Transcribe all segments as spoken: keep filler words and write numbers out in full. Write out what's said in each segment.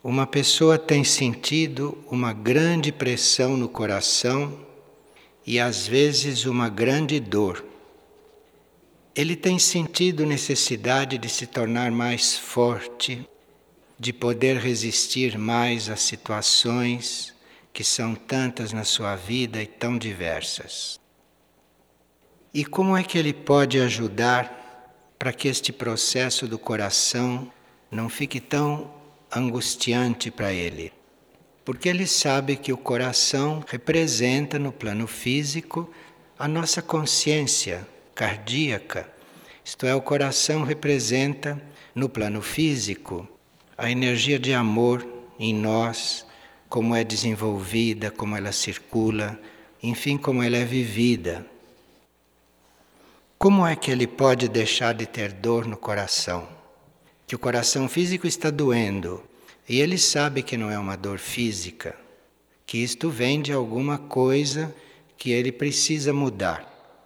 Uma pessoa tem sentido uma grande pressão no coração e às vezes uma grande dor. Ele tem sentido necessidade de se tornar mais forte, de poder resistir mais às situações que são tantas na sua vida e tão diversas. E como é que ele pode ajudar para que este processo do coração não fique tão angustiante para ele? Porque ele sabe que o coração representa no plano físico a nossa consciência cardíaca. Isto é, o coração representa no plano físico a energia de amor em nós, como é desenvolvida, como ela circula, enfim, como ela é vivida. Como é que ele pode deixar de ter dor no coração? Que o coração físico está doendo e ele sabe que não é uma dor física, que isto vem de alguma coisa que ele precisa mudar.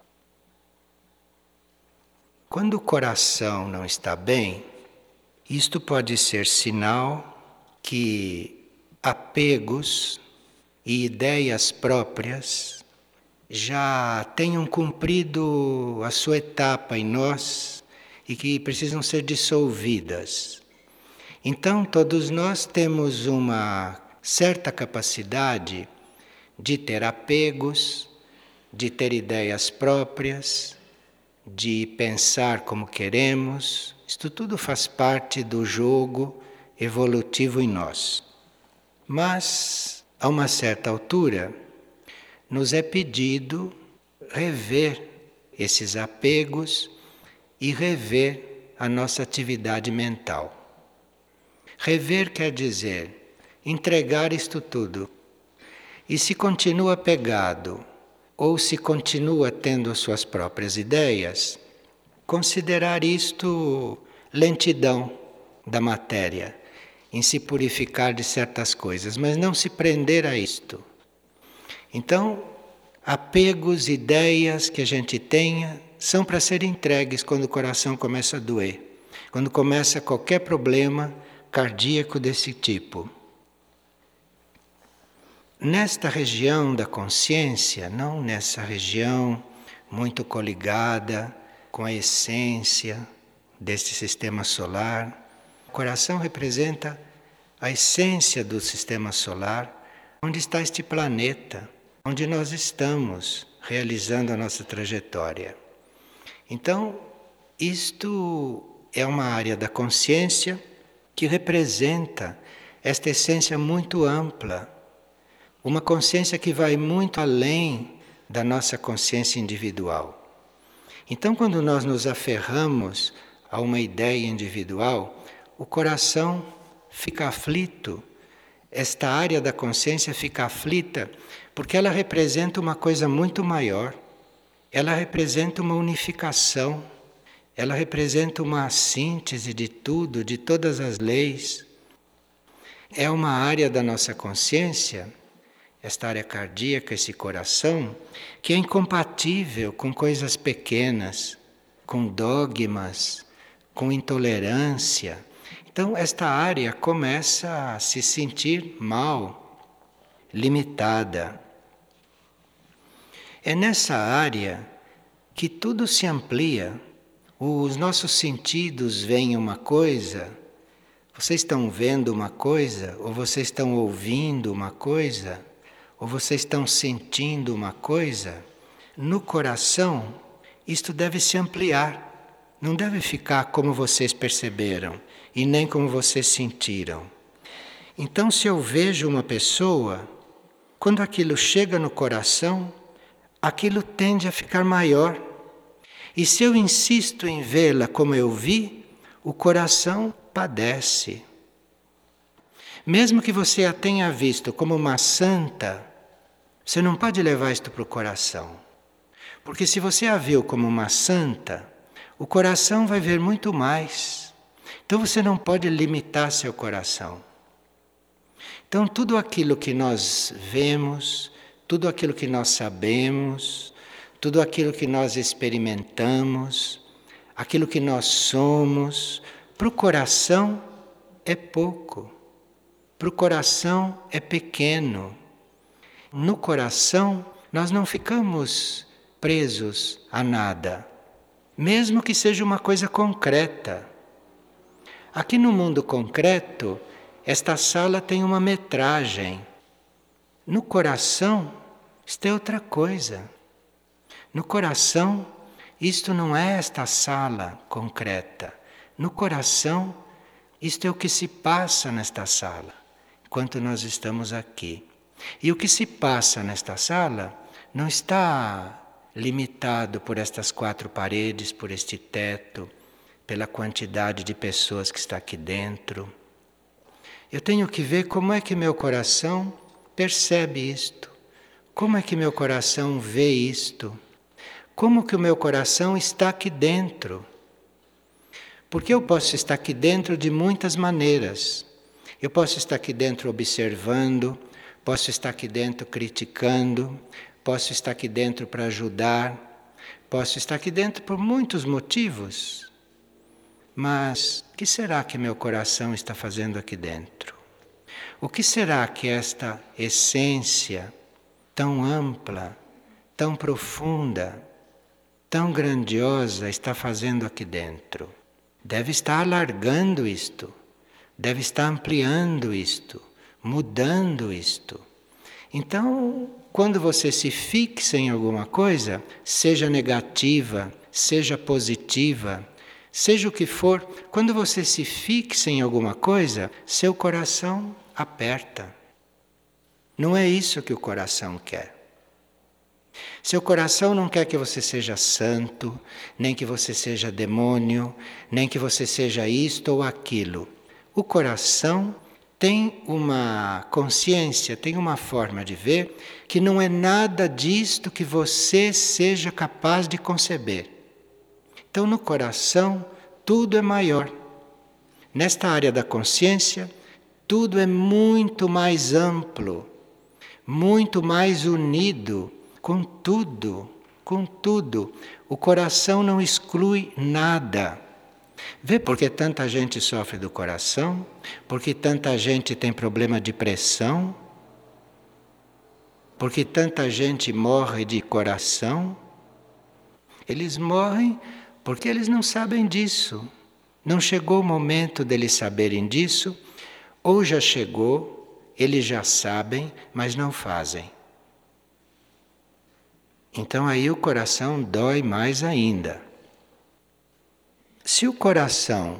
Quando o coração não está bem, isto pode ser sinal que apegos e ideias próprias já tenham cumprido a sua etapa em nós e que precisam ser dissolvidas. Então, todos nós temos uma certa capacidade de ter apegos, de ter ideias próprias, de pensar como queremos. Isto tudo faz parte do jogo evolutivo em nós. Mas, a uma certa altura, nos é pedido rever esses apegos e rever a nossa atividade mental. Rever quer dizer entregar isto tudo. E se continua apegado ou se continua tendo as suas próprias ideias, considerar isto lentidão da matéria, em se purificar de certas coisas, mas não se prender a isto. Então, apegos, ideias que a gente tenha, são para ser entregues quando o coração começa a doer, quando começa qualquer problema cardíaco desse tipo. Nesta região da consciência, não nessa região muito coligada com a essência deste sistema solar, o coração representa a essência do sistema solar, onde está este planeta, onde nós estamos realizando a nossa trajetória. Então, isto é uma área da consciência que representa esta essência muito ampla, uma consciência que vai muito além da nossa consciência individual. Então, quando nós nos aferramos a uma ideia individual, o coração fica aflito, esta área da consciência fica aflita, porque ela representa uma coisa muito maior, ela representa uma unificação, ela representa uma síntese de tudo, de todas as leis. É uma área da nossa consciência, esta área cardíaca, esse coração, que é incompatível com coisas pequenas, com dogmas, com intolerância. Então, esta área começa a se sentir mal, limitada. É nessa área que tudo se amplia. Os nossos sentidos veem uma coisa, vocês estão vendo uma coisa, ou vocês estão ouvindo uma coisa, ou vocês estão sentindo uma coisa. No coração, isto deve se ampliar, não deve ficar como vocês perceberam e nem como vocês sentiram. Então, se eu vejo uma pessoa, quando aquilo chega no coração, aquilo tende a ficar maior. E se eu insisto em vê-la como eu vi, o coração padece. Mesmo que você a tenha visto como uma santa, você não pode levar isto para o coração. Porque se você a viu como uma santa, o coração vai ver muito mais. Então você não pode limitar seu coração. Então tudo aquilo que nós vemos, tudo aquilo que nós sabemos, tudo aquilo que nós experimentamos, aquilo que nós somos, para o coração é pouco. Para o coração é pequeno. No coração nós não ficamos presos a nada, mesmo que seja uma coisa concreta. Aqui no mundo concreto, esta sala tem uma metragem. No coração, isto é outra coisa. No coração, isto não é esta sala concreta. No coração, isto é o que se passa nesta sala, enquanto nós estamos aqui. E o que se passa nesta sala não está limitado por estas quatro paredes, por este teto, pela quantidade de pessoas que está aqui dentro. Eu tenho que ver como é que meu coração percebe isto, como é que meu coração vê isto, como que o meu coração está aqui dentro. Porque eu posso estar aqui dentro de muitas maneiras. Eu posso estar aqui dentro observando, posso estar aqui dentro criticando, posso estar aqui dentro para ajudar, posso estar aqui dentro por muitos motivos. Mas o que será que meu coração está fazendo aqui dentro? O que será que esta essência tão ampla, tão profunda, tão grandiosa está fazendo aqui dentro? Deve estar alargando isto, deve estar ampliando isto, mudando isto. Então, quando você se fixa em alguma coisa, seja negativa, seja positiva, seja o que for, quando você se fixa em alguma coisa, seu coração aperta. Não é isso que o coração quer. Seu coração não quer que você seja santo, nem que você seja demônio, nem que você seja isto ou aquilo. O coração tem uma consciência, tem uma forma de ver que não é nada disto que você seja capaz de conceber. Então, no coração, tudo é maior. Nesta área da consciência, tudo é muito mais amplo, muito mais unido com tudo, com tudo. O coração não exclui nada. Vê por que tanta gente sofre do coração? Por que tanta gente tem problema de pressão? Por que tanta gente morre de coração? Eles morrem porque eles não sabem disso. Não chegou o momento deles saberem disso, ou já chegou, eles já sabem, mas não fazem. Então aí o coração dói mais ainda. Se o coração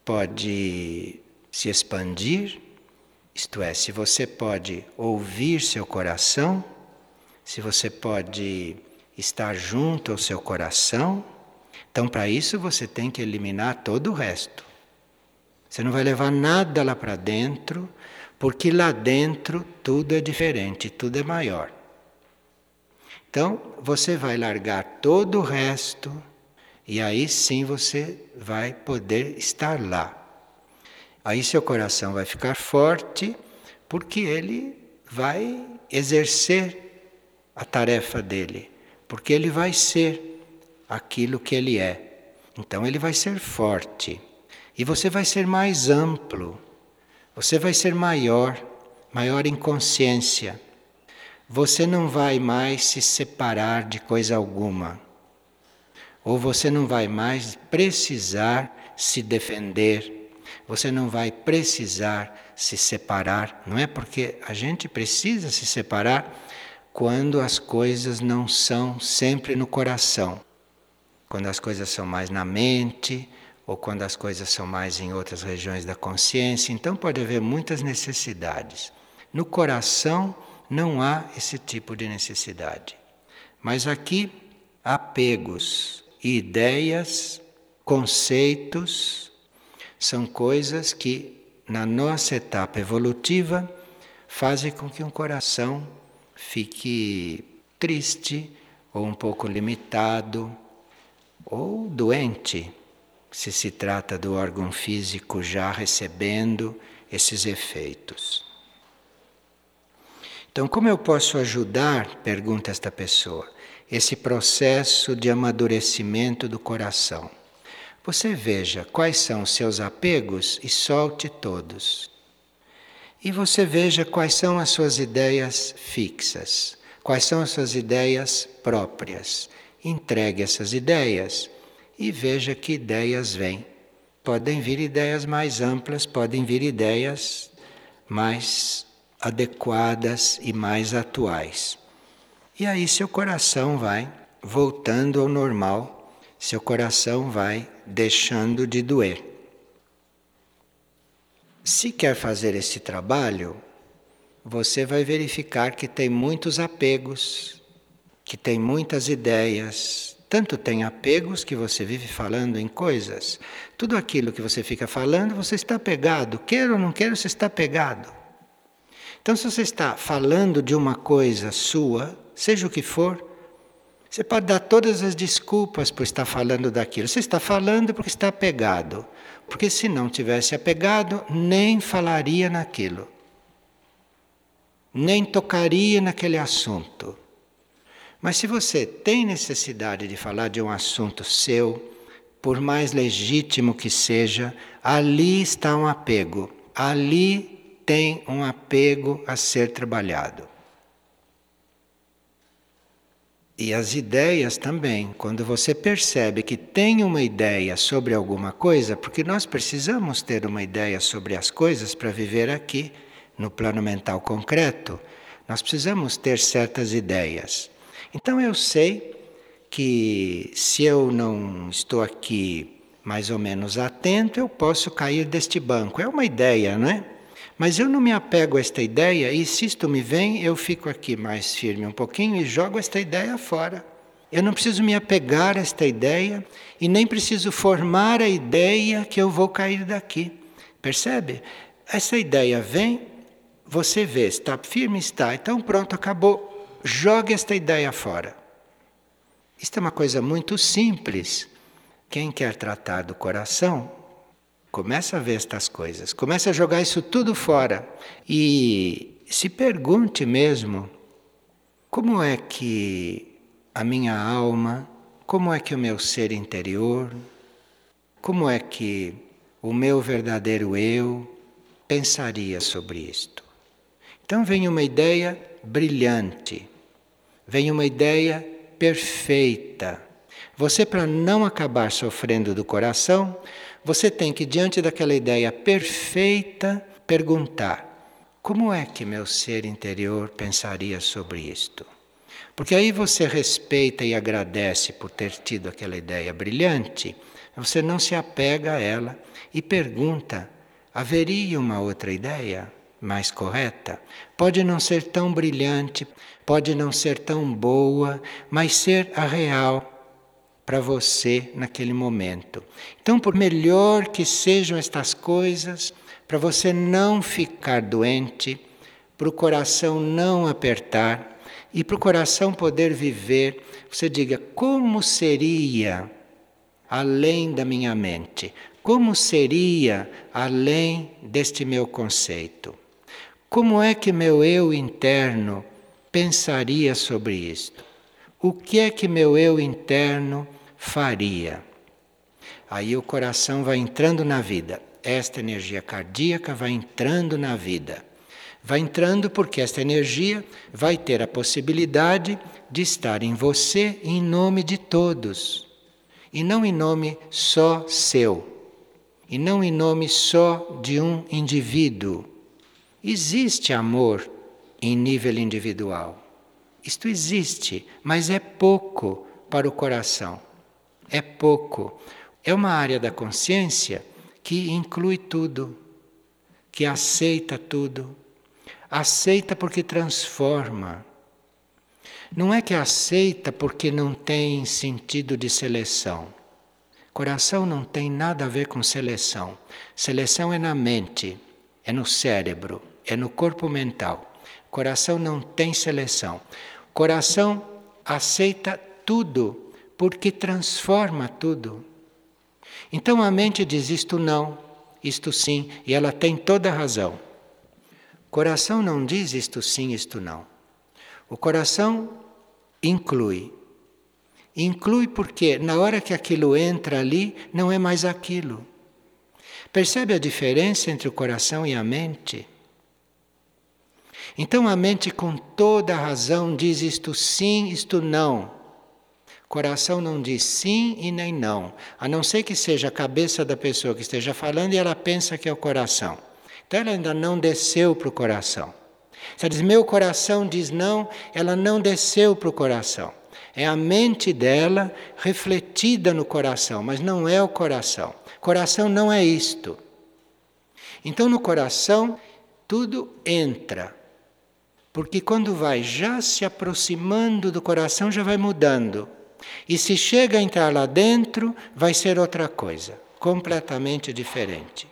pode se expandir, isto é, se você pode ouvir seu coração, se você pode estar junto ao seu coração, então para isso você tem que eliminar todo o resto. Você não vai levar nada lá para dentro, porque lá dentro tudo é diferente, tudo é maior. Então você vai largar todo o resto, e aí sim você vai poder estar lá. Aí seu coração vai ficar forte, porque ele vai exercer a tarefa dele, porque ele vai ser aquilo que ele é. Então ele vai ser forte, e você vai ser mais amplo, você vai ser maior, maior em consciência. Você não vai mais se separar de coisa alguma. Ou você não vai mais precisar se defender, você não vai precisar se separar. Não é porque a gente precisa se separar quando as coisas não são sempre no coração. Quando as coisas são mais na mente, ou quando as coisas são mais em outras regiões da consciência. Então pode haver muitas necessidades. No coração não há esse tipo de necessidade. Mas aqui, apegos, ideias, conceitos, são coisas que, na nossa etapa evolutiva, fazem com que um coração fique triste, ou um pouco limitado, ou doente, se se trata do órgão físico já recebendo esses efeitos. Então, como eu posso ajudar, pergunta esta pessoa, esse processo de amadurecimento do coração? Você veja quais são os seus apegos e solte todos. E você veja quais são as suas ideias fixas, quais são as suas ideias próprias. Entregue essas ideias e veja que ideias vêm. Podem vir ideias mais amplas, podem vir ideias mais adequadas e mais atuais. E aí seu coração vai voltando ao normal, seu coração vai deixando de doer. Se quer fazer esse trabalho, você vai verificar que tem muitos apegos, que tem muitas ideias. Tanto tem apegos que você vive falando em coisas. Tudo aquilo que você fica falando, você está apegado. Queira ou não queira, você está apegado. Então, se você está falando de uma coisa sua, seja o que for, você pode dar todas as desculpas por estar falando daquilo. Você está falando porque está apegado. Porque se não tivesse apegado, nem falaria naquilo. Nem tocaria naquele assunto. Mas se você tem necessidade de falar de um assunto seu, por mais legítimo que seja, ali está um apego. Ali tem um apego a ser trabalhado. E as ideias também, quando você percebe que tem uma ideia sobre alguma coisa, porque nós precisamos ter uma ideia sobre as coisas para viver aqui, no plano mental concreto, nós precisamos ter certas ideias. Então eu sei que se eu não estou aqui mais ou menos atento, eu posso cair deste banco. É uma ideia, não é? Mas eu não me apego a esta ideia e se isto me vem, eu fico aqui mais firme um pouquinho e jogo esta ideia fora. Eu não preciso me apegar a esta ideia e nem preciso formar a ideia que eu vou cair daqui. Percebe? Essa ideia vem, você vê, está firme, está. Então pronto, acabou. Jogue esta ideia fora. Isto é uma coisa muito simples. Quem quer tratar do coração, começa a ver estas coisas, começa a jogar isso tudo fora e se pergunte mesmo, como é que a minha alma, como é que o meu ser interior, como é que o meu verdadeiro eu pensaria sobre isto? Então vem uma ideia brilhante, vem uma ideia perfeita. Você, para não acabar sofrendo do coração, você tem que, diante daquela ideia perfeita, perguntar: como é que meu ser interior pensaria sobre isto? Porque aí você respeita e agradece por ter tido aquela ideia brilhante, você não se apega a ela e pergunta: haveria uma outra ideia mais correta? Pode não ser tão brilhante, pode não ser tão boa, mas ser a real para você naquele momento. Então, por melhor que sejam estas coisas, para você não ficar doente, para o coração não apertar e para o coração poder viver, você diga: como seria além da minha mente? Como seria além deste meu conceito? Como é que meu eu interno pensaria sobre isto? O que é que meu eu interno faria? Aí o coração vai entrando na vida. Esta energia cardíaca vai entrando na vida. Vai entrando porque esta energia vai ter a possibilidade de estar em você em nome de todos. E não em nome só seu. E não em nome só de um indivíduo. Existe amor em nível individual. Isto existe, mas é pouco para o coração. É pouco. É uma área da consciência que inclui tudo, que aceita tudo. Aceita porque transforma. Não é que aceita porque não tem sentido de seleção. Coração não tem nada a ver com seleção. Seleção é na mente, é no cérebro, é no corpo mental. Coração não tem seleção. Coração aceita tudo porque transforma tudo. Então a mente diz isto não, isto sim, e ela tem toda a razão. Coração não diz isto sim, isto não. O coração inclui. Inclui porque na hora que aquilo entra ali, não é mais aquilo. Percebe a diferença entre o coração e a mente? Então a mente com toda a razão diz isto sim, isto não. Coração não diz sim e nem não, a não ser que seja a cabeça da pessoa que esteja falando e ela pensa que é o coração. Então ela ainda não desceu para o coração. Se ela diz, meu coração diz não, ela não desceu para o coração. É a mente dela refletida no coração, mas não é o coração. Coração não é isto. Então no coração tudo entra. Porque quando vai já se aproximando do coração, já vai mudando. E se chega a entrar lá dentro, vai ser outra coisa, completamente diferente.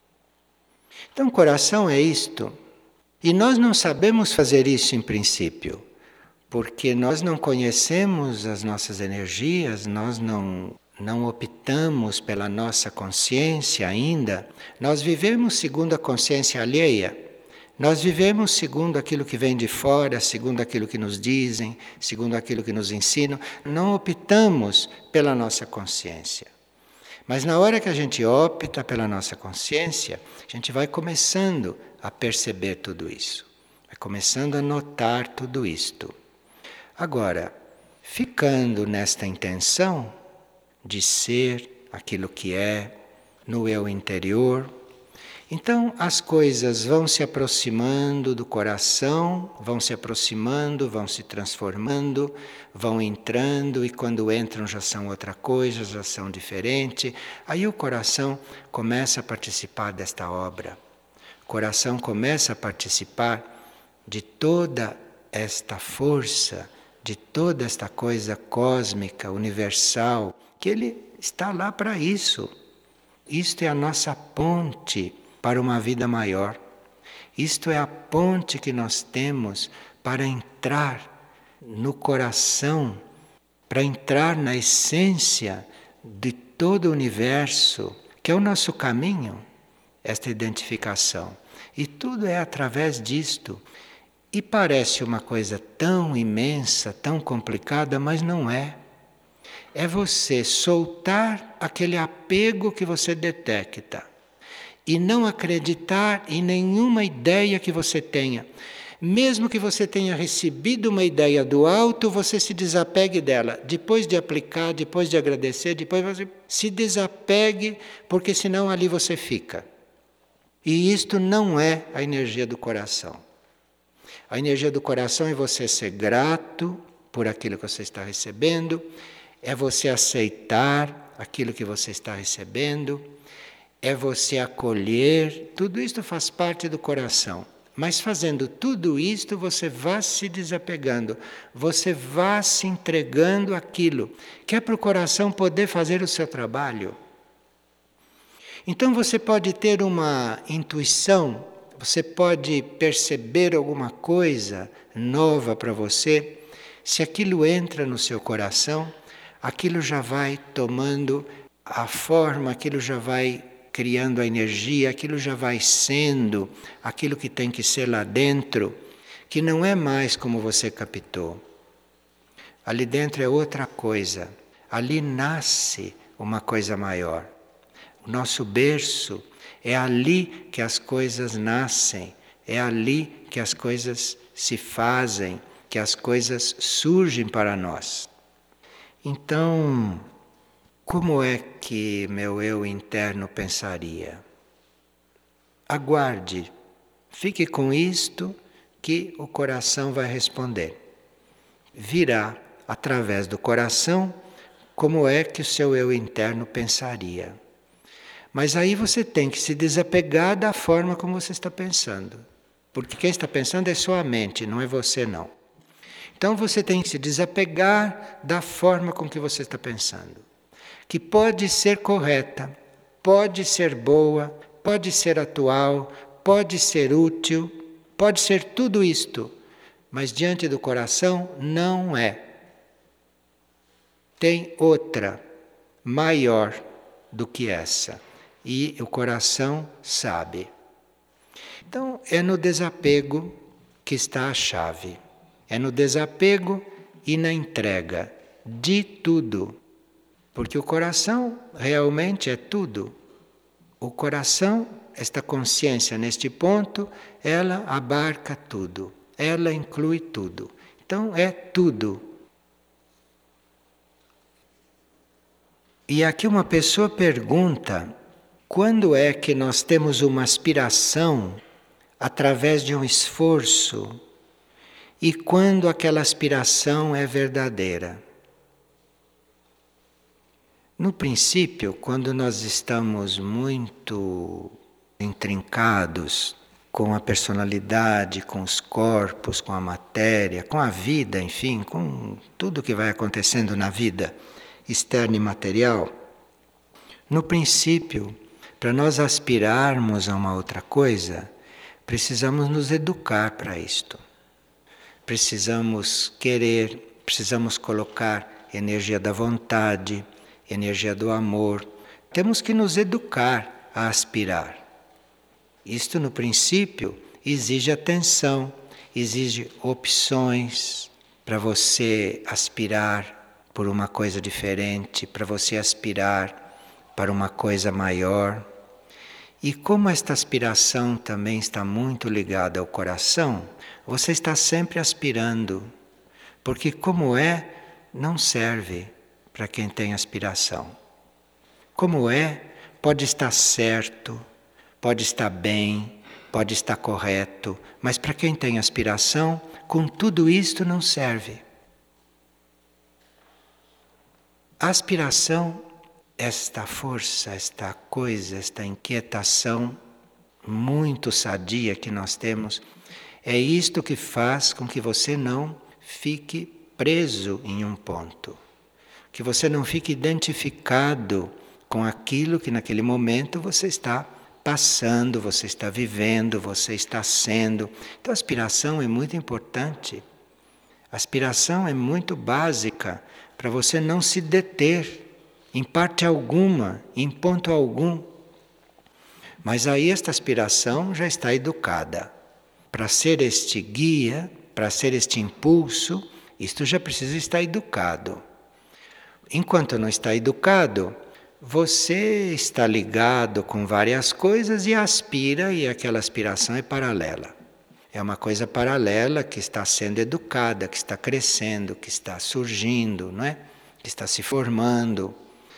Então, o coração é isto. E nós não sabemos fazer isso em princípio, porque nós não conhecemos as nossas energias, nós não, não optamos pela nossa consciência ainda, nós vivemos segundo a consciência alheia. Nós vivemos segundo aquilo que vem de fora, segundo aquilo que nos dizem, segundo aquilo que nos ensinam. Não optamos pela nossa consciência. Mas na hora que a gente opta pela nossa consciência, a gente vai começando a perceber tudo isso. Vai começando a notar tudo isto. Agora, ficando nesta intenção de ser aquilo que é, no eu interior, então as coisas vão se aproximando do coração, vão se aproximando, vão se transformando, vão entrando e quando entram já são outra coisa, já são diferente. Aí o coração começa a participar desta obra. O coração começa a participar de toda esta força, de toda esta coisa cósmica, universal, que ele está lá para isso. Isto é a nossa ponte para uma vida maior. Isto é a ponte que nós temos para entrar no coração, para entrar na essência de todo o universo, que é o nosso caminho, esta identificação. E tudo é através disto. E parece uma coisa tão imensa, tão complicada, mas não é. É você soltar aquele apego que você detecta e não acreditar em nenhuma ideia que você tenha. Mesmo que você tenha recebido uma ideia do alto, você se desapegue dela. Depois de aplicar, depois de agradecer, depois você se desapegue, porque senão ali você fica. E isto não é a energia do coração. A energia do coração é você ser grato por aquilo que você está recebendo, é você aceitar aquilo que você está recebendo, é você acolher, tudo isto faz parte do coração. Mas fazendo tudo isto, você vai se desapegando, você vai se entregando àquilo, que é para o coração poder fazer o seu trabalho. Então você pode ter uma intuição, você pode perceber alguma coisa nova para você, se aquilo entra no seu coração, aquilo já vai tomando a forma, aquilo já vai criando a energia, aquilo já vai sendo aquilo que tem que ser lá dentro, que não é mais como você captou. Ali dentro é outra coisa. Ali nasce uma coisa maior. O nosso berço é ali que as coisas nascem, é ali que as coisas se fazem, que as coisas surgem para nós. Então, como é que meu eu interno pensaria? Aguarde, fique com isto que o coração vai responder. Virá através do coração como é que o seu eu interno pensaria. Mas aí você tem que se desapegar da forma como você está pensando. Porque quem está pensando é sua mente, não é você não. Então você tem que se desapegar da forma com que você está pensando. Que pode ser correta, pode ser boa, pode ser atual, pode ser útil, pode ser tudo isto, mas diante do coração não é. Tem outra, maior do que essa, e o coração sabe. Então é no desapego que está a chave, é no desapego e na entrega de tudo. Porque o coração realmente é tudo. O coração esta consciência neste ponto, ela abarca tudo, ela inclui tudo. Então é tudo. E aqui uma pessoa pergunta: quando é que nós temos uma aspiração através de um esforço e quando aquela aspiração é verdadeira? No princípio, quando nós estamos muito intrincados com a personalidade, com os corpos, com a matéria, com a vida, enfim, com tudo que vai acontecendo na vida externa e material, no princípio, para nós aspirarmos a uma outra coisa, precisamos nos educar para isto. Precisamos querer, precisamos colocar energia da vontade, energia do amor. Temos que nos educar a aspirar. Isto, no princípio, exige atenção, exige opções para você aspirar por uma coisa diferente, para você aspirar para uma coisa maior. E como esta aspiração também está muito ligada ao coração, você está sempre aspirando, porque como é, não serve para quem tem aspiração. Como é, pode estar certo, pode estar bem, pode estar correto, mas para quem tem aspiração, com tudo isto não serve. A aspiração, esta força, esta coisa, esta inquietação muito sadia que nós temos, é isto que faz com que você não fique preso em um ponto. Que você não fique identificado com aquilo que naquele momento você está passando, você está vivendo, você está sendo. Então a aspiração é muito importante. A aspiração é muito básica para você não se deter em parte alguma, em ponto algum. Mas aí esta aspiração já está educada. Para ser este guia, para ser este impulso, isto já precisa estar educado. Enquanto não está educado, você está ligado com várias coisas e aspira, e aquela aspiração é paralela. É uma coisa paralela que está sendo educada, que está crescendo, que está surgindo, não é? Que está se formando.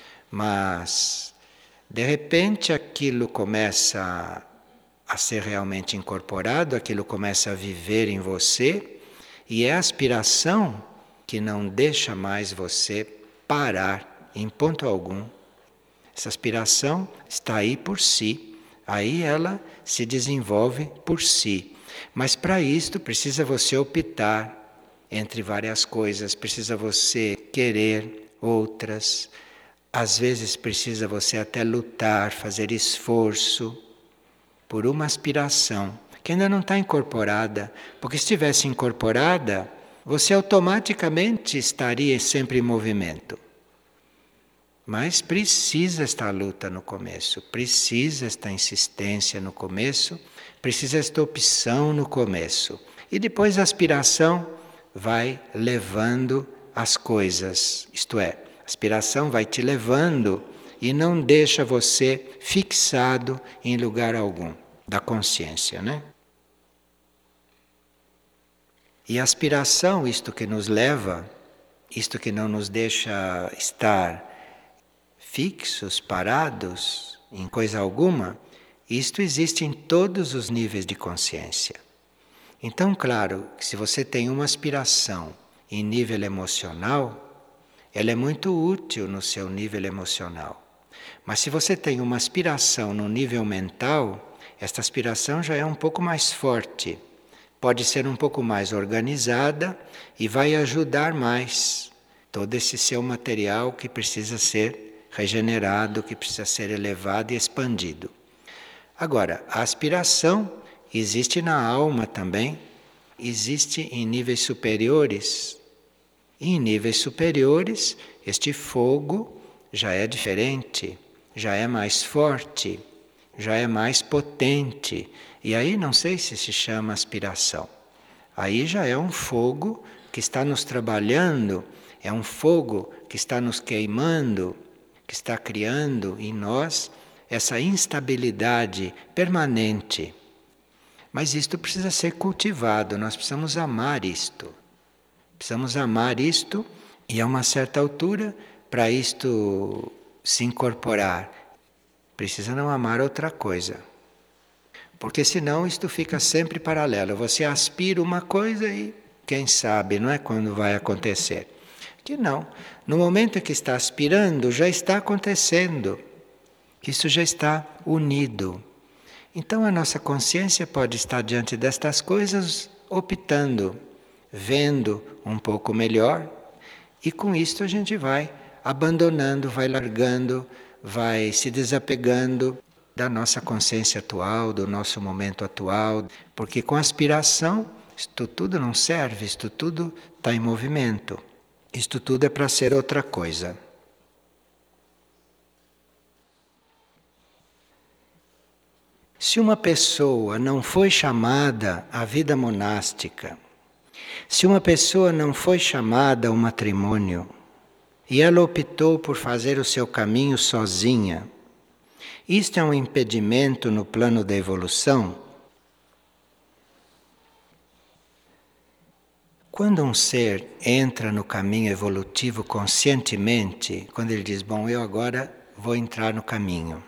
Mas, de repente, aquilo começa a ser realmente incorporado, aquilo começa a viver em você, e é a aspiração que não deixa mais você parar em ponto algum. Essa aspiração está aí por si, aí ela se desenvolve por si. Mas para isto precisa você optar entre várias coisas, precisa você querer outras, às vezes precisa você até lutar, fazer esforço por uma aspiração que ainda não está incorporada, porque se estivesse incorporada, você automaticamente estaria sempre em movimento. Mas precisa esta luta no começo, precisa esta insistência no começo, precisa esta opção no começo. E depois a aspiração vai levando as coisas, isto é, a aspiração vai te levando e não deixa você fixado em lugar algum da consciência, né? E a aspiração, isto que nos leva, isto que não nos deixa estar fixos, parados em coisa alguma, isto existe em todos os níveis de consciência. Então, claro, que se você tem uma aspiração em nível emocional, ela é muito útil no seu nível emocional. Mas se você tem uma aspiração no nível mental, esta aspiração já é um pouco mais forte, pode ser um pouco mais organizada e vai ajudar mais todo esse seu material que precisa ser regenerado, que precisa ser elevado e expandido. Agora, a aspiração existe na alma também, existe em níveis superiores. E em níveis superiores, este fogo já é diferente, já é mais forte, já é mais potente. E aí não sei se se chama aspiração. Aí já é um fogo que está nos trabalhando, é um fogo que está nos queimando, que está criando em nós essa instabilidade permanente. Mas isto precisa ser cultivado, nós precisamos amar isto. Precisamos amar isto e a uma certa altura, para isto se incorporar, precisa não amar outra coisa. Porque senão isto fica sempre paralelo. Você aspira uma coisa e quem sabe, não é quando vai acontecer. Que não. No momento em que está aspirando, já está acontecendo. Isso já está unido. Então a nossa consciência pode estar diante destas coisas optando, vendo um pouco melhor, e com isto a gente vai abandonando, vai largando, vai se desapegando da nossa consciência atual, do nosso momento atual, porque com aspiração isto tudo não serve, isto tudo está em movimento, isto tudo é para ser outra coisa. Se uma pessoa não foi chamada à vida monástica, se uma pessoa não foi chamada ao matrimônio e ela optou por fazer o seu caminho sozinha, isto é um impedimento no plano da evolução? Quando um ser entra no caminho evolutivo conscientemente, quando ele diz, bom, eu agora vou entrar no caminho,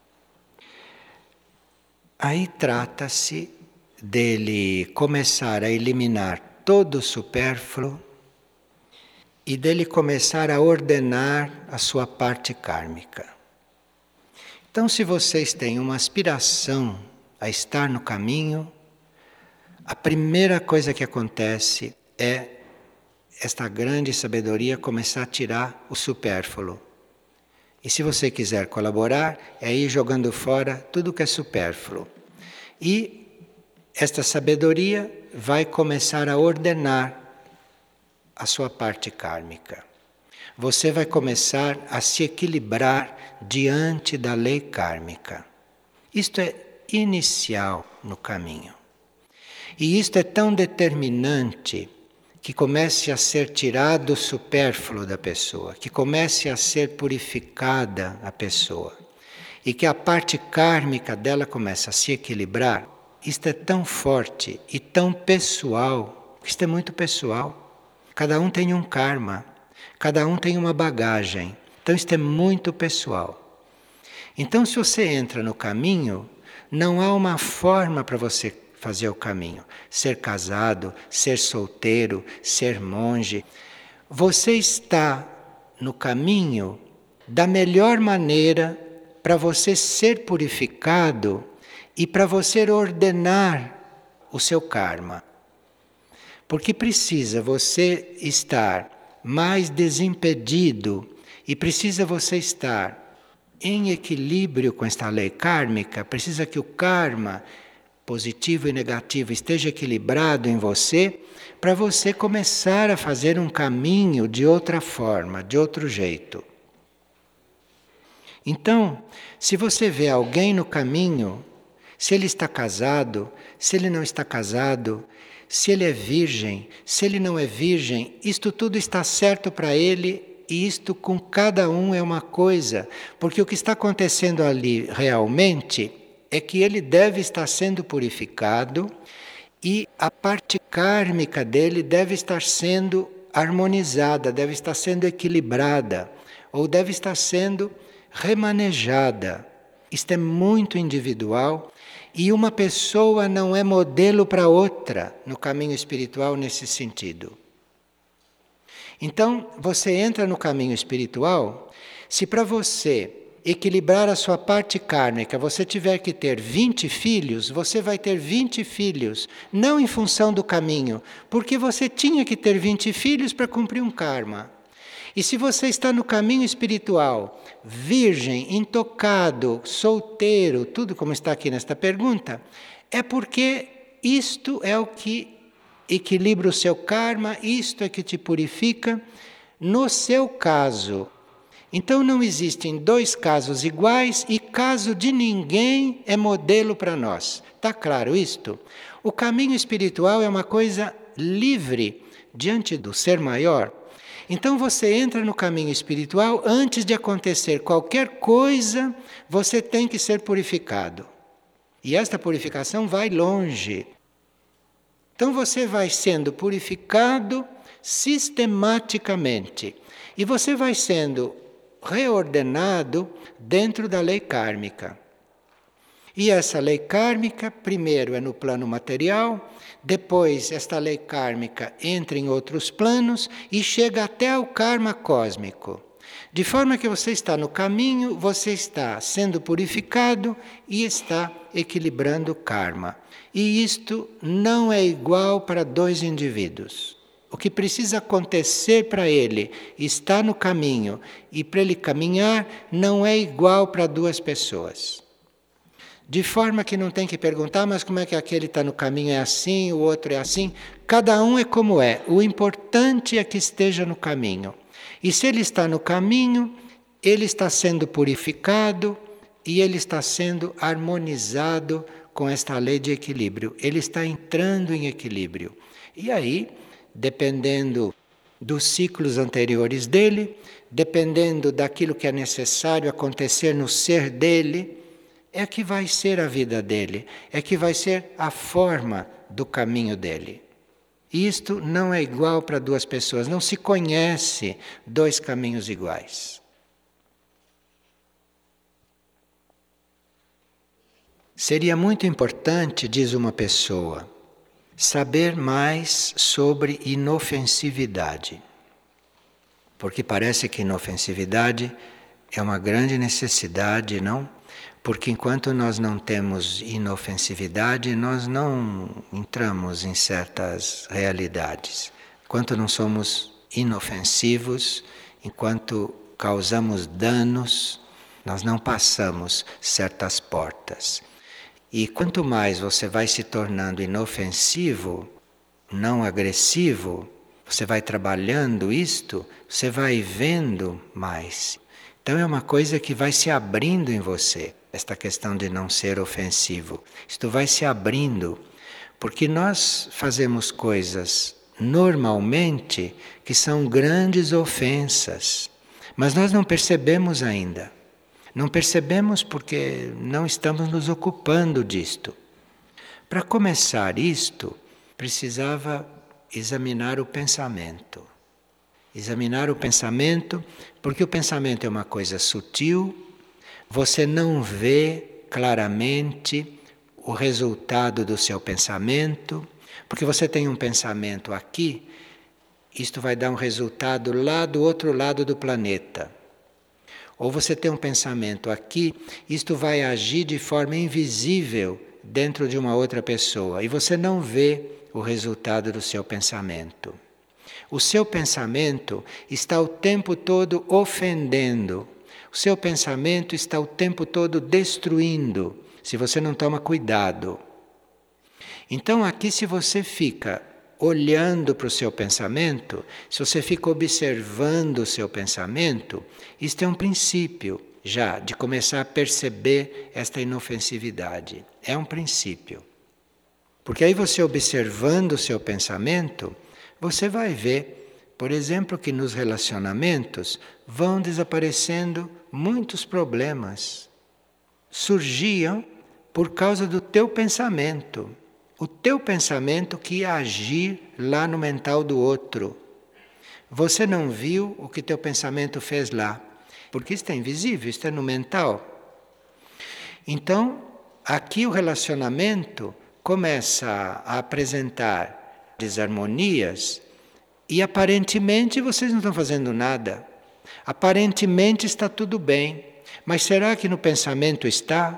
aí trata-se dele começar a eliminar todo o supérfluo e dele começar a ordenar a sua parte kármica. Então, se vocês têm uma aspiração a estar no caminho, a primeira coisa que acontece é esta grande sabedoria começar a tirar o supérfluo. E se você quiser colaborar, é ir jogando fora tudo que é supérfluo. E esta sabedoria vai começar a ordenar a sua parte kármica. Você vai começar a se equilibrar diante da lei kármica. Isto é inicial no caminho. E isto é tão determinante que comece a ser tirado o supérfluo da pessoa, que comece a ser purificada a pessoa, e que a parte kármica dela comece a se equilibrar. Isto é tão forte e tão pessoal, isto é muito pessoal. Cada um tem um karma, cada um tem uma bagagem, então isto é muito pessoal. Então, se você entra no caminho, não há uma forma para você fazer o caminho. Ser casado, ser solteiro, ser monge. Você está no caminho da melhor maneira para você ser purificado e para você ordenar o seu karma. Porque precisa você estar mais desimpedido e precisa você estar em equilíbrio com esta lei kármica, precisa que o karma positivo e negativo esteja equilibrado em você, para você começar a fazer um caminho de outra forma, de outro jeito. Então, se você vê alguém no caminho, se ele está casado, se ele não está casado, se ele é virgem, se ele não é virgem, isto tudo está certo para ele e isto com cada um é uma coisa, porque o que está acontecendo ali realmente é que ele deve estar sendo purificado e a parte kármica dele deve estar sendo harmonizada, deve estar sendo equilibrada, ou deve estar sendo remanejada. Isto é muito individual e uma pessoa não é modelo para outra no caminho espiritual nesse sentido. Então, você entra no caminho espiritual, se para você equilibrar a sua parte kármica, você tiver que ter vinte filhos, você vai ter vinte filhos, não em função do caminho, porque você tinha que ter vinte filhos para cumprir um karma. E se você está no caminho espiritual, virgem, intocado, solteiro, tudo como está aqui nesta pergunta, é porque isto é o que equilibra o seu karma, isto é que te purifica no seu caso. Então não existem dois casos iguais e caso de ninguém é modelo para nós. Está claro isto? O caminho espiritual é uma coisa livre diante do ser maior. Então você entra no caminho espiritual, antes de acontecer qualquer coisa, você tem que ser purificado. E esta purificação vai longe. Então você vai sendo purificado sistematicamente. E você vai sendo reordenado dentro da lei kármica. E essa lei kármica, primeiro é no plano material, depois esta lei kármica entra em outros planos e chega até ao karma cósmico. De forma que você está no caminho, você está sendo purificado e está equilibrando o karma. E isto não é igual para dois indivíduos. O que precisa acontecer para ele está no caminho, e para ele caminhar não é igual para duas pessoas. De forma que não tem que perguntar, mas como é que aquele está no caminho é assim, o outro é assim. Cada um é como é. O importante é que esteja no caminho. E se ele está no caminho, ele está sendo purificado e ele está sendo harmonizado com esta lei de equilíbrio. Ele está entrando em equilíbrio. E aí, dependendo dos ciclos anteriores dele, dependendo daquilo que é necessário acontecer no ser dele, é que vai ser a vida dele, é que vai ser a forma do caminho dele. E isto não é igual para duas pessoas, não se conhece dois caminhos iguais. Seria muito importante, diz uma pessoa, saber mais sobre inofensividade. Porque parece que inofensividade é uma grande necessidade, não? Porque enquanto nós não temos inofensividade, nós não entramos em certas realidades. Enquanto não somos inofensivos, enquanto causamos danos, nós não passamos certas portas. E quanto mais você vai se tornando inofensivo, não agressivo, você vai trabalhando isto, você vai vendo mais. Então é uma coisa que vai se abrindo em você. Esta questão de não ser ofensivo. Isto vai se abrindo, porque nós fazemos coisas normalmente que são grandes ofensas, mas nós não percebemos ainda. Não percebemos porque não estamos nos ocupando disto. Para começar isto, precisava examinar o pensamento. Examinar o pensamento, porque o pensamento é uma coisa sutil. Você não vê claramente o resultado do seu pensamento, porque você tem um pensamento aqui, isto vai dar um resultado lá do outro lado do planeta. Ou você tem um pensamento aqui, isto vai agir de forma invisível dentro de uma outra pessoa, e você não vê o resultado do seu pensamento. O seu pensamento está o tempo todo ofendendo. O seu pensamento está o tempo todo destruindo, se você não toma cuidado. Então aqui, se você fica olhando para o seu pensamento, se você fica observando o seu pensamento, isto é um princípio já de começar a perceber esta inofensividade. É um princípio. Porque aí você observando o seu pensamento, você vai ver, por exemplo, que nos relacionamentos vão desaparecendo muitos problemas. Surgiam por causa do teu pensamento. O teu pensamento que ia agir lá no mental do outro. Você não viu o que teu pensamento fez lá, porque isso é invisível, isso é no mental. Então, aqui o relacionamento começa a apresentar desarmonias e aparentemente vocês não estão fazendo nada. Aparentemente está tudo bem, mas será que no pensamento está?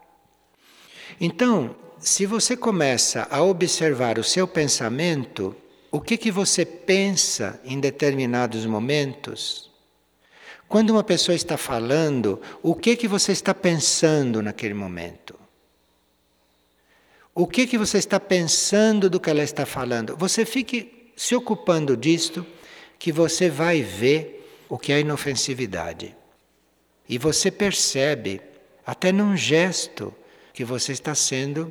Então, se você começa a observar o seu pensamento, o que que você pensa em determinados momentos? Quando uma pessoa está falando, o que que você está pensando naquele momento? O que que você está pensando do que ela está falando? Você fique se ocupando disto, que você vai ver o que é inofensividade. E você percebe, até num gesto, que você está sendo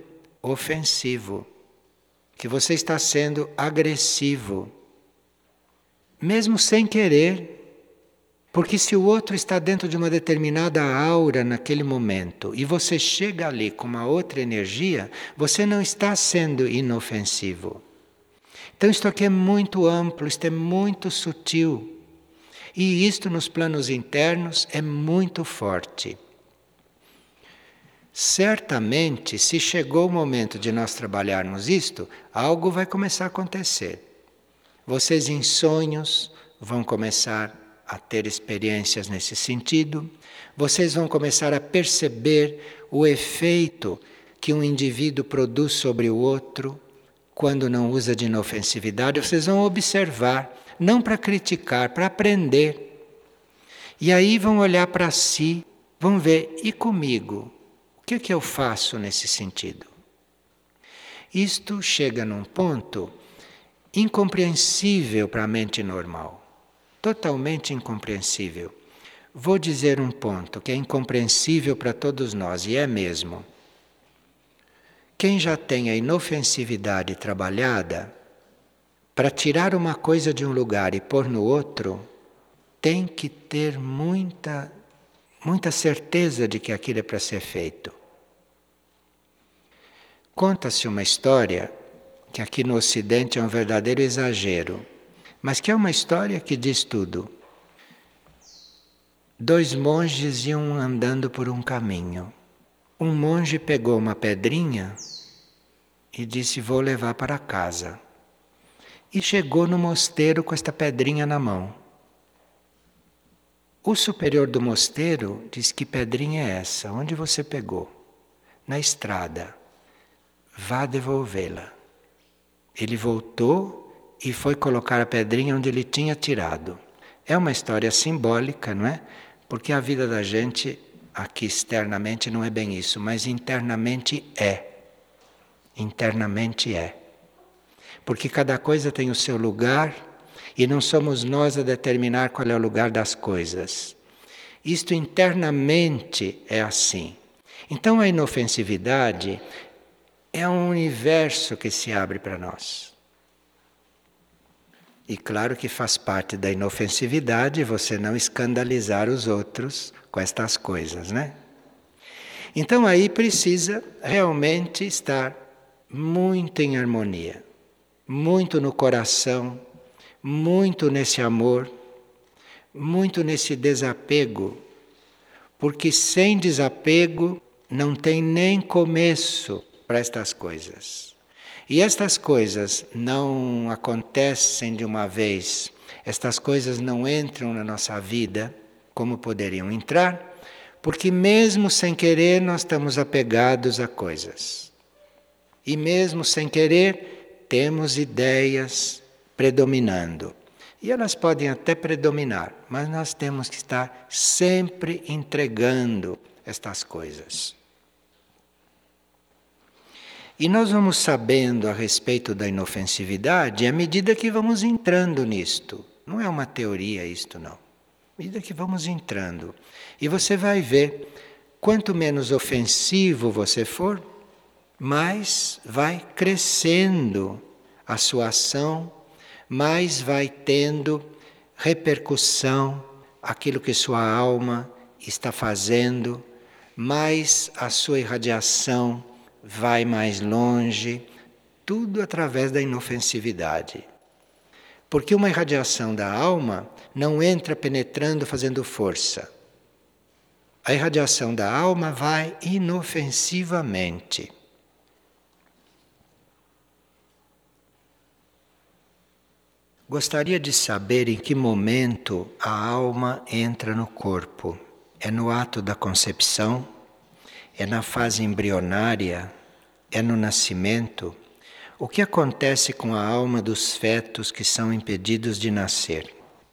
ofensivo, que você está sendo agressivo. mesmo sem querer. Porque se o outro está dentro de uma determinada aura naquele momento e você chega ali com uma outra energia, você não está sendo inofensivo. Então isto aqui é muito amplo, isto é muito sutil. E isto nos planos internos é muito forte. Certamente, se chegou o momento de nós trabalharmos isto, algo vai começar a acontecer. Vocês em sonhos vão começar a ter experiências nesse sentido, vocês vão começar a perceber o efeito que um indivíduo produz sobre o outro quando não usa de inofensividade. Vocês vão observar, não para criticar, para aprender. E aí vão olhar para si, vão ver, e comigo? O que é que eu faço nesse sentido? Isto chega num ponto incompreensível para a mente normal. Totalmente incompreensível. Vou dizer um ponto que é incompreensível para todos nós, e é mesmo. Quem já tem a inofensividade trabalhada, para tirar uma coisa de um lugar e pôr no outro, tem que ter muita, muita certeza de que aquilo é para ser feito. Conta-se uma história, que aqui no Ocidente é um verdadeiro exagero, mas que é uma história que diz tudo. Dois monges iam andando por um caminho. Um monge pegou uma pedrinha e disse: vou levar para casa. E chegou no mosteiro com esta pedrinha na mão. O superior do mosteiro disse: que pedrinha é essa? Onde você pegou? Na estrada. Vá devolvê-la. Ele voltou e foi colocar a pedrinha onde ele tinha tirado. É uma história simbólica, não é? Porque a vida da gente, aqui externamente, não é bem isso, mas internamente é. Internamente é. Porque cada coisa tem o seu lugar e não somos nós a determinar qual é o lugar das coisas. Isto internamente é assim. Então a inofensividade é um universo que se abre para nós. E claro que faz parte da inofensividade você não escandalizar os outros com estas coisas, né? Então aí precisa realmente estar muito em harmonia, muito no coração, muito nesse amor, muito nesse desapego, porque sem desapego não tem nem começo para estas coisas. E estas coisas não acontecem de uma vez, estas coisas não entram na nossa vida como poderiam entrar, porque mesmo sem querer nós estamos apegados a coisas. E mesmo sem querer temos ideias predominando. E elas podem até predominar, mas nós temos que estar sempre entregando estas coisas. E nós vamos sabendo a respeito da inofensividade à medida que vamos entrando nisto. Não é uma teoria isto, não. À medida que vamos entrando. E você vai ver, quanto menos ofensivo você for, mais vai crescendo a sua ação, mais vai tendo repercussão aquilo que sua alma está fazendo, mais a sua irradiação vai mais longe, tudo através da inofensividade. Porque uma irradiação da alma não entra penetrando, fazendo força. A irradiação da alma vai inofensivamente. Gostaria de saber em que momento a alma entra no corpo. É no ato da concepção? É na fase embrionária? É no nascimento? O que acontece com a alma dos fetos que são impedidos de nascer?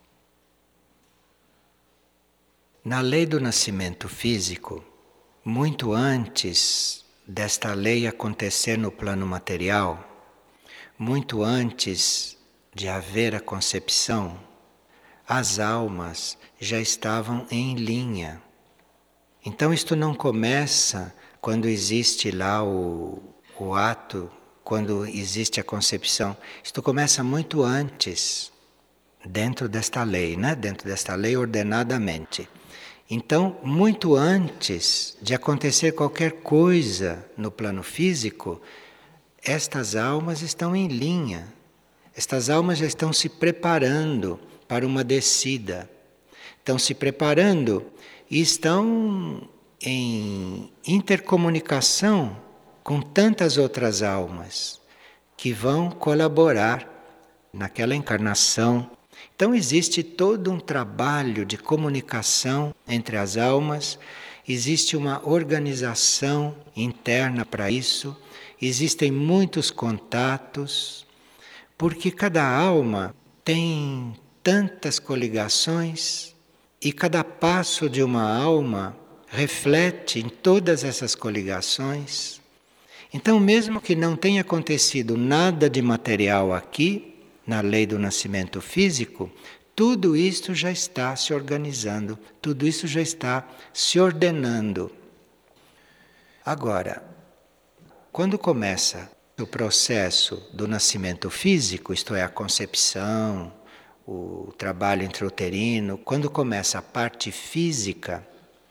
Na lei do nascimento físico, muito antes desta lei acontecer no plano material, muito antes de haver a concepção, as almas já estavam em linha. Então isto não começa quando existe lá o, o ato, quando existe a concepção. Isto começa muito antes. dentro desta lei, né? Dentro desta lei ordenadamente. Então, muito antes de acontecer qualquer coisa no plano físico, estas almas estão em linha. Estas almas já estão se preparando para uma descida. Estão se preparando e estão em intercomunicação com tantas outras almas que vão colaborar naquela encarnação. Então existe todo um trabalho de comunicação entre as almas, existe uma organização interna para isso, existem muitos contatos, porque cada alma tem tantas coligações e cada passo de uma alma reflete em todas essas coligações. Então, mesmo que não tenha acontecido nada de material aqui, na lei do nascimento físico, tudo isto já está se organizando, tudo isso já está se ordenando. Agora, quando começa o processo do nascimento físico, isto é, a concepção, o trabalho intrauterino, quando começa a parte física,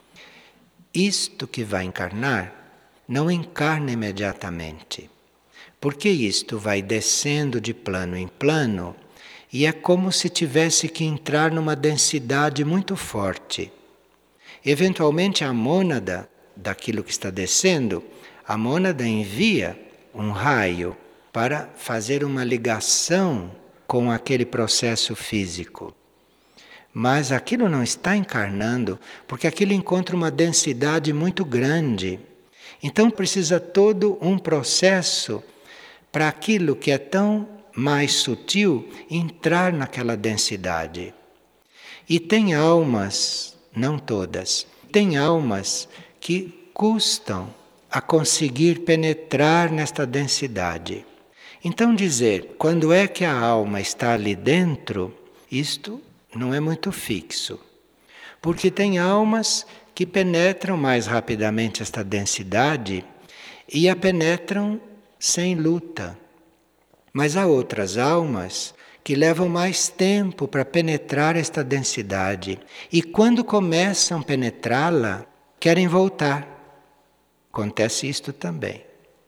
isto que vai encarnar não encarna imediatamente. Porque isto vai descendo de plano em plano e é como se tivesse que entrar numa densidade muito forte. Eventualmente a mônada daquilo que está descendo, a mônada envia um raio para fazer uma ligação com aquele processo físico. Mas aquilo não está encarnando, porque aquilo encontra uma densidade muito grande. Então precisa todo um processo para aquilo que é tão mais sutil entrar naquela densidade. E tem almas, não todas, tem almas que custam a conseguir penetrar nesta densidade. Então dizer quando é que a alma está ali dentro, isto não é muito fixo. Porque tem almas que penetram mais rapidamente esta densidade e a penetram sem luta. Mas há outras almas que levam mais tempo para penetrar esta densidade. E quando começam a penetrá-la, querem voltar. Acontece isto também.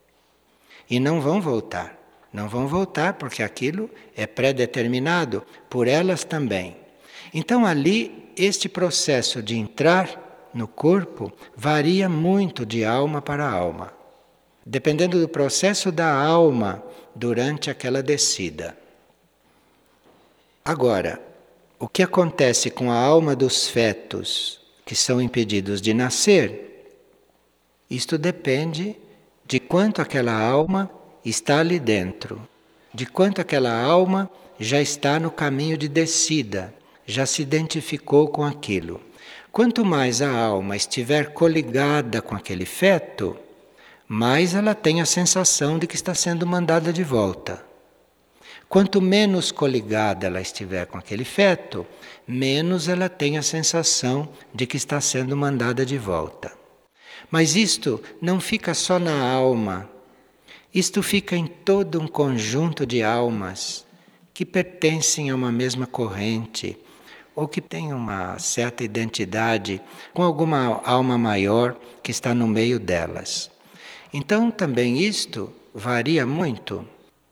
E não vão voltar. Não vão voltar porque aquilo é pré-determinado por elas também. Então ali, este processo de entrar no corpo varia muito de alma para alma. Dependendo do processo da alma durante aquela descida. Agora, o que acontece com a alma dos fetos que são impedidos de nascer, isto depende de quanto aquela alma está ali dentro, de quanto aquela alma já está no caminho de descida, já se identificou com aquilo. Quanto mais a alma estiver coligada com aquele feto, mais ela tem a sensação de que está sendo mandada de volta. Quanto menos coligada ela estiver com aquele feto, menos ela tem a sensação de que está sendo mandada de volta. Mas isto não fica só na alma, isto fica em todo um conjunto de almas que pertencem a uma mesma corrente, ou que têm uma certa identidade com alguma alma maior que está no meio delas. Então também isto varia muito.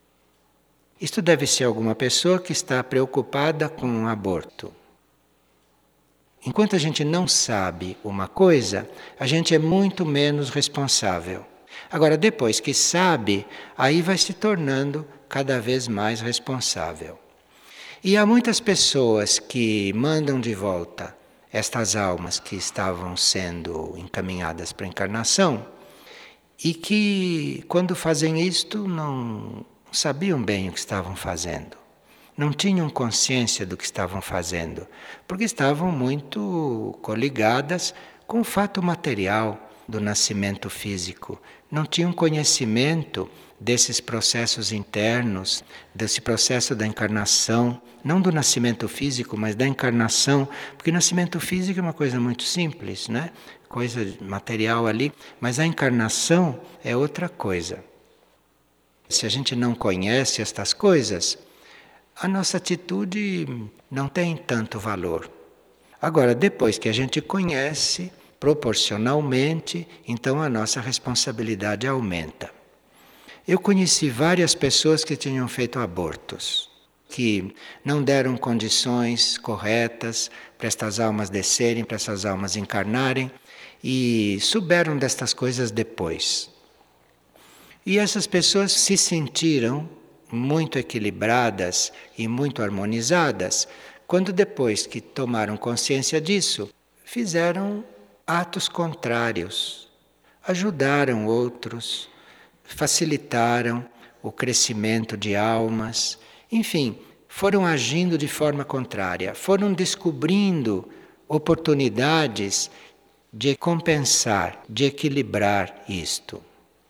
Isto deve ser alguma pessoa que está preocupada com um aborto. Enquanto a gente não sabe uma coisa, a gente é muito menos responsável. Agora, depois que sabe, aí vai se tornando cada vez mais responsável. E há muitas pessoas que mandam de volta estas almas que estavam sendo encaminhadas para a encarnação e que, quando fazem isto, não sabiam bem o que estavam fazendo. Não tinham consciência do que estavam fazendo, porque estavam muito coligadas com o fato material do nascimento físico. Não tinham conhecimento desses processos internos, desse processo da encarnação, não do nascimento físico, mas da encarnação, porque o nascimento físico é uma coisa muito simples, né? Coisa material ali, mas a encarnação é outra coisa. Se a gente não conhece estas coisas, a nossa atitude não tem tanto valor. Agora, depois que a gente conhece, proporcionalmente, então a nossa responsabilidade aumenta. Eu conheci várias pessoas que tinham feito abortos, que não deram condições corretas para estas almas descerem, para essas almas encarnarem, e souberam destas coisas depois. E essas pessoas se sentiram muito equilibradas e muito harmonizadas quando, depois que tomaram consciência disso, fizeram atos contrários, ajudaram outros, facilitaram o crescimento de almas, enfim, foram agindo de forma contrária, foram descobrindo oportunidades de compensar, de equilibrar isto.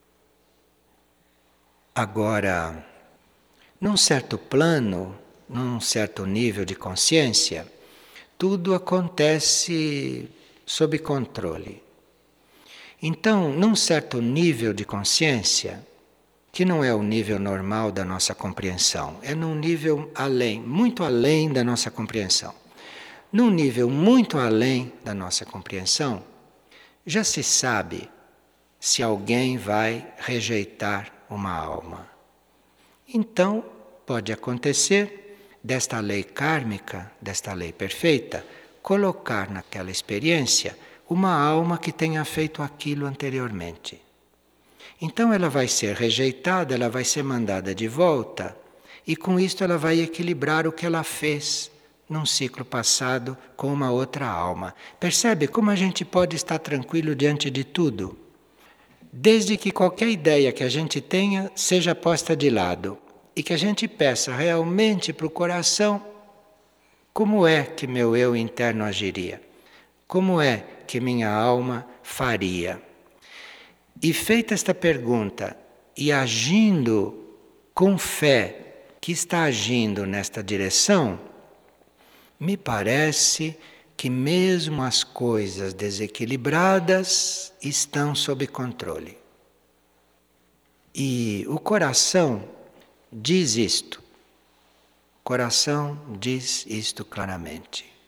Agora, num certo plano, num certo nível de consciência, tudo acontece sob controle. Então, num certo nível de consciência, que não é o nível normal da nossa compreensão, é num nível além, muito além da nossa compreensão. Num nível muito além da nossa compreensão, já se sabe se alguém vai rejeitar uma alma. Então, pode acontecer desta lei kármica, desta lei perfeita, colocar naquela experiência uma alma que tenha feito aquilo anteriormente. Então ela vai ser rejeitada, ela vai ser mandada de volta, e com isto ela vai equilibrar o que ela fez num ciclo passado com uma outra alma. Percebe como a gente pode estar tranquilo diante de tudo? Desde que qualquer ideia que a gente tenha seja posta de lado e que a gente peça realmente para o coração como é que meu eu interno agiria, como é que minha alma faria. E feita esta pergunta e agindo com fé que está agindo nesta direção, me parece que mesmo as coisas desequilibradas estão sob controle. E o coração diz isto. O coração diz isto claramente.